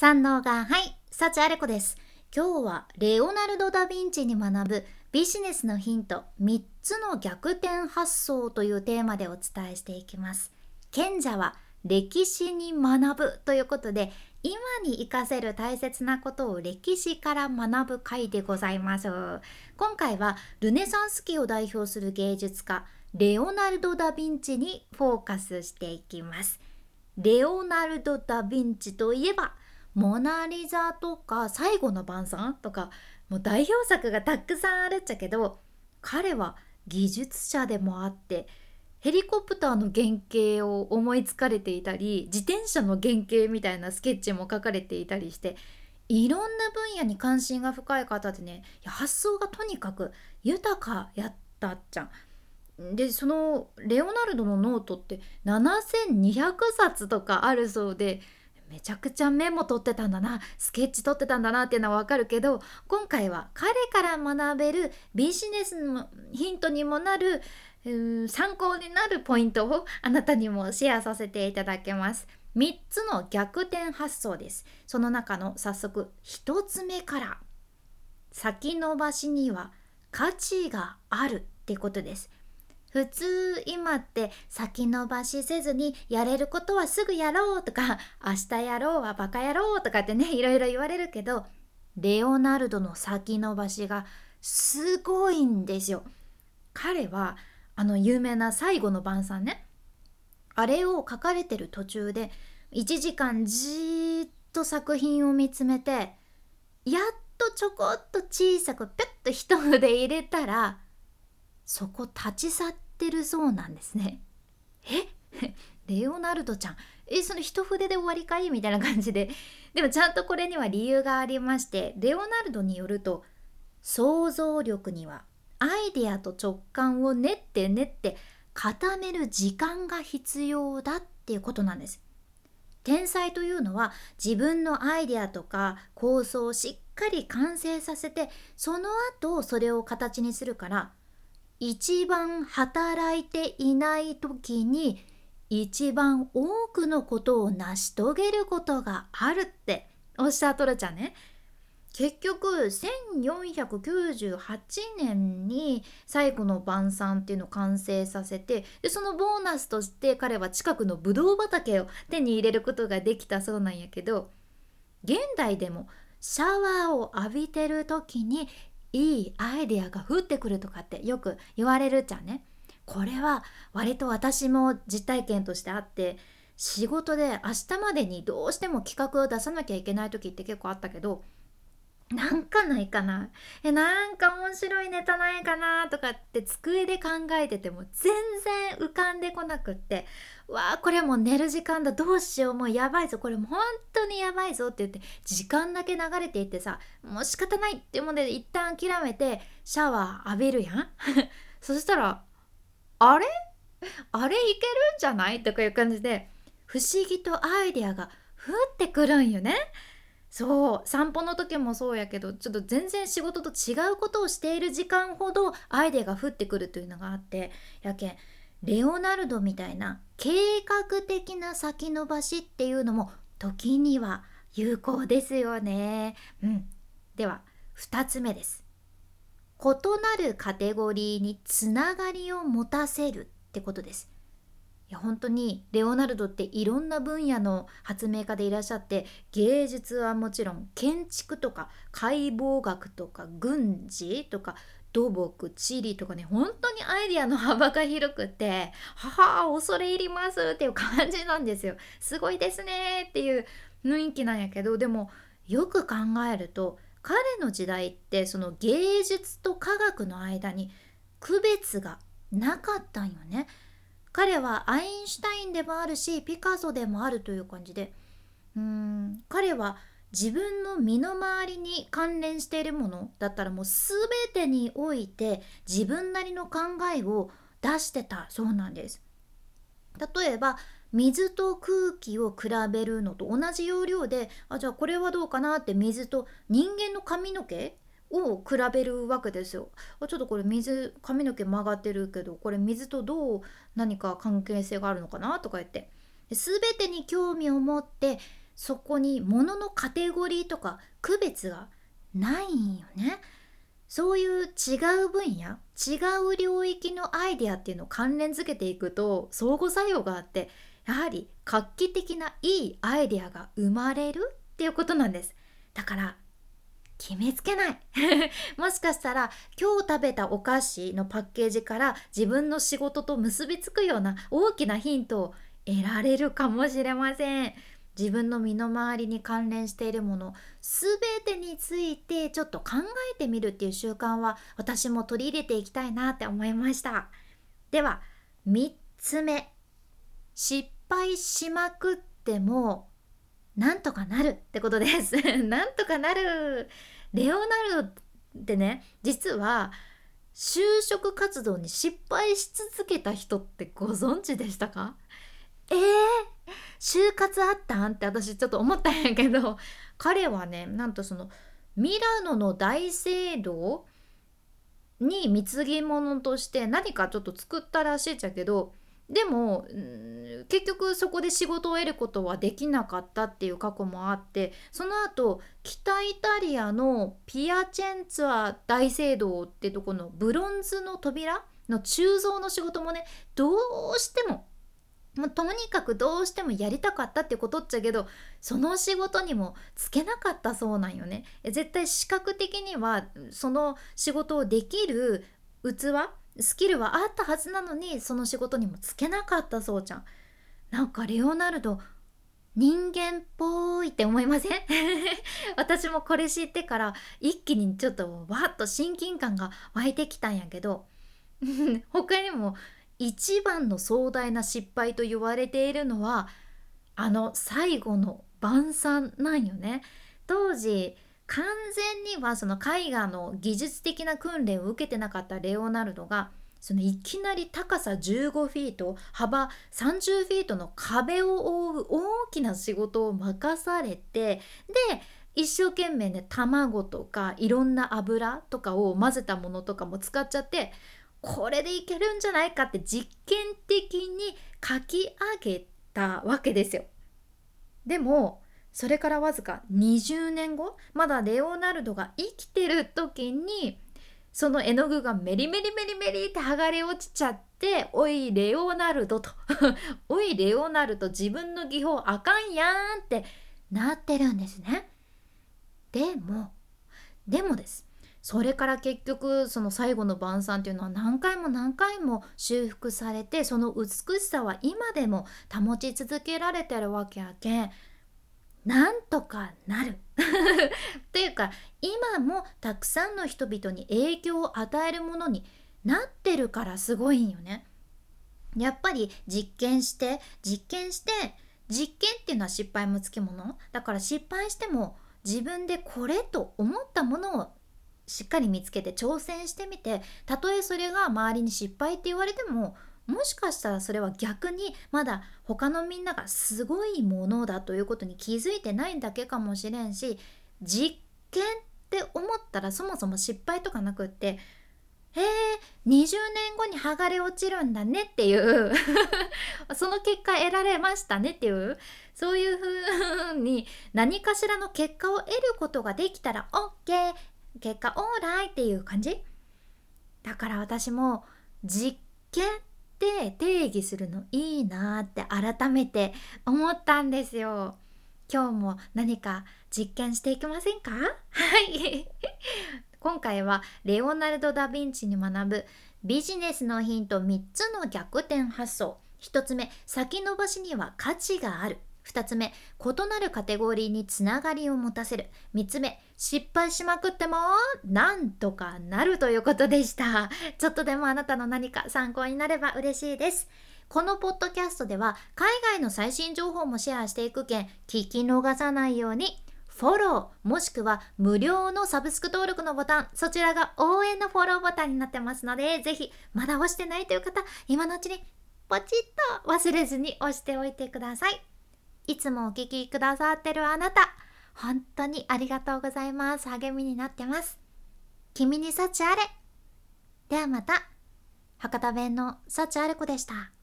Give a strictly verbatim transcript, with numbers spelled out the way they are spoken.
三能がはい、幸あれ子です。今日はレオナルド・ダ・ヴィンチに学ぶビジネスのヒントみっつの逆転発想というテーマでお伝えしていきます。賢者は歴史に学ぶということで、今に生かせる大切なことを歴史から学ぶ回でございます。今回はルネサンス期を代表する芸術家レオナルド・ダ・ヴィンチにフォーカスしていきます。レオナルド・ダ・ヴィンチといえばモナリザとか最後の晩餐とか、もう代表作がたくさんあるっちゃけど、彼は技術者でもあって、ヘリコプターの原型を思いつかれていたり、自転車の原型みたいなスケッチも描かれていたりして、いろんな分野に関心が深い方でね、いや発想がとにかく豊かやったっちゃんで、そのレオナルドのノートってななせんにひゃくさつとかあるそうで、めちゃくちゃメモ取ってたんだな、スケッチ取ってたんだなっていうのはわかるけど、今回は彼から学べるビジネスのヒントにもなる、うーん参考になるポイントをあなたにもシェアさせていただきます。みっつの逆転発想です。その中の早速ひとつめから、先延ばしには価値があるってことです。普通今って先延ばしせずにやれることはすぐやろうとか、明日やろうはバカやろうとかってね、いろいろ言われるけど、レオナルドの先延ばしがすごいんですよ。彼はあの有名な最後の晩餐ね、あれを書かれてる途中でいちじかんじーっと作品を見つめて、やっとちょこっと小さくペッと一筆入れたら、そこ立ち去ってるそうなんですね。えレオナルドちゃん、えその一筆で終わりかいみたいな感じで、でもちゃんとこれには理由がありまして、レオナルドによると、想像力にはアイデアと直感を練って練って固める時間が必要だっていうことなんです。天才というのは自分のアイデアとか構想をしっかり完成させて、その後それを形にするから、一番働いていない時に一番多くのことを成し遂げることがあるっておっしゃっとるじゃんね。結局せんよんひゃくきゅうじゅうはちねんに最後の晩餐っていうのを完成させて、でそのボーナスとして彼は近くのブドウ畑を手に入れることができたそうなんやけど、現代でもシャワーを浴びてる時にいいアイデアが降ってくるとかってよく言われるじゃんね。これは割と私も実体験としてあって、仕事で明日までにどうしても企画を出さなきゃいけない時って結構あったけど、なんかないかな、えなんか面白いネタないかなとかって机で考えてても全然浮かんでこなくって、わあこれもう寝る時間だ、どうしよう、もうやばいぞ、これもう本当にやばいぞって言って時間だけ流れていってさ、もう仕方ないっていうもんで一旦諦めてシャワー浴びるやんそしたら、あれあれいけるんじゃないとかいう感じで、不思議とアイデアが降ってくるんよね。そう、散歩の時もそうやけど、ちょっと全然仕事と違うことをしている時間ほどアイデアが降ってくるというのがあって、やけんレオナルドみたいな計画的な先延ばしっていうのも時には有効ですよね。うん。ではふたつめです。異なるカテゴリーにつながりを持たせるってことです。いや本当にレオナルドっていろんな分野の発明家でいらっしゃって、芸術はもちろん建築とか解剖学とか軍事とか土木地理とかね、本当にアイデアの幅が広くて、はは恐れ入りますっていう感じなんですよ。すごいですねっていう雰囲気なんやけど、でもよく考えると彼の時代ってその芸術と科学の間に区別がなかったんよね。彼はアインシュタインでもあるしピカソでもあるという感じで、うーん彼は自分の身の回りに関連しているものだったらもう全てにおいて自分なりの考えを出してたそうなんです。例えば水と空気を比べるのと同じ要領で、あじゃあこれはどうかなって水と人間の髪の毛を比べるわけですよ。あちょっとこれ水髪の毛曲がってるけど、これ水とどう何か関係性があるのかなとか言って、で全てに興味を持って、 そこに物のカテゴリーとか区別がないんよね。そういう違う分野、違う領域のアイデアっていうのを関連づけていくと相互作用があって、やはり画期的ないいアイデアが生まれるっていうことなんです。だから決めつけないもしかしたら今日食べたお菓子のパッケージから自分の仕事と結びつくような大きなヒントを得られるかもしれません。自分の身の回りに関連しているものすべてについてちょっと考えてみるっていう習慣は私も取り入れていきたいなって思いました。ではみっつめ、失敗しまくってもなんとかなるってことですなんとかなる。レオナルドってね、実は就職活動に失敗し続けた人ってご存知でしたか？えー、就活あったんって私ちょっと思ったんやけど、彼はね、なんとそのミラノの大聖堂に貢ぎ物として何かちょっと作ったらしいっちゃけど、でもん結局そこで仕事を得ることはできなかったっていう過去もあって、その後北イタリアのピアチェンツァ大聖堂ってとこのブロンズの扉の鋳造の仕事もね、どうしてももうとにかくどうしてもやりたかったってことっちゃけど、その仕事にもつけなかったそうなんよね。絶対視覚的にはその仕事をできる器スキルはあったはずなのに、その仕事にもつけなかったそうじゃん。なんかレオナルド人間っぽいって思いません私もこれ知ってから一気にちょっとわっと親近感が湧いてきたんやけど他にも一番の壮大な失敗と言われているのはあの最後の晩餐なんよね。当時完全にはその絵画の技術的な訓練を受けてなかったレオナルドが、そのいきなり高さじゅうごフィート幅さんじゅうフィートの壁を覆う大きな仕事を任されて、で一生懸命ね卵とかいろんな油とかを混ぜたものとかも使っちゃって、これでいけるんじゃないかって実験的に書き上げたわけですよ。でもそれからわずかにじゅうねんご、まだレオナルドが生きてる時にその絵の具がメリメリメリメリって剥がれ落ちちゃって、おいレオナルドとおいレオナルド自分の技法あかんやんってなってるんですね。でもでもですそれから結局その最後の晩餐っていうのは何回も何回も修復されて、その美しさは今でも保ち続けられてるわけやけん、なんとかなるというか今もたくさんの人々に影響を与えるものになってるからすごいんよね。やっぱり実験して実験して実験っていうのは失敗もつきものだから、失敗しても自分でこれと思ったものをしっかり見つけて挑戦してみて、たとえそれが周りに失敗って言われても、もしかしたらそれは逆にまだ他のみんながすごいものだということに気づいてないだけかもしれんし、実験って思ったらそもそも失敗とかなくって、へえにじゅうねんごに剥がれ落ちるんだねっていうその結果得られましたねっていう、そういう風に何かしらの結果を得ることができたら OK、 結果オーライっていう感じだから、私も実験って定義するのいいなって改めて思ったんですよ。今日も何か実験していきませんか？はい今回はレオナルド・ダ・ヴィンチに学ぶビジネスのヒントみっつの逆転発想。ひとつめ、先延ばしには価値がある。ふたつめ、異なるカテゴリーにつながりを持たせる。みっつめ、失敗しまくってもなんとかなるということでした。ちょっとでもあなたの何か参考になれば嬉しいです。このポッドキャストでは海外の最新情報もシェアしていくけん、聞き逃さないようにフォローもしくは無料のサブスク登録のボタン、そちらが応援のフォローボタンになってますので、ぜひまだ押してないという方、今のうちにポチッと忘れずに押しておいてください。いつもお聞きくださってるあなた、本当にありがとうございます。励みになってます。君に幸あれ。ではまた。博多弁の幸あれ子でした。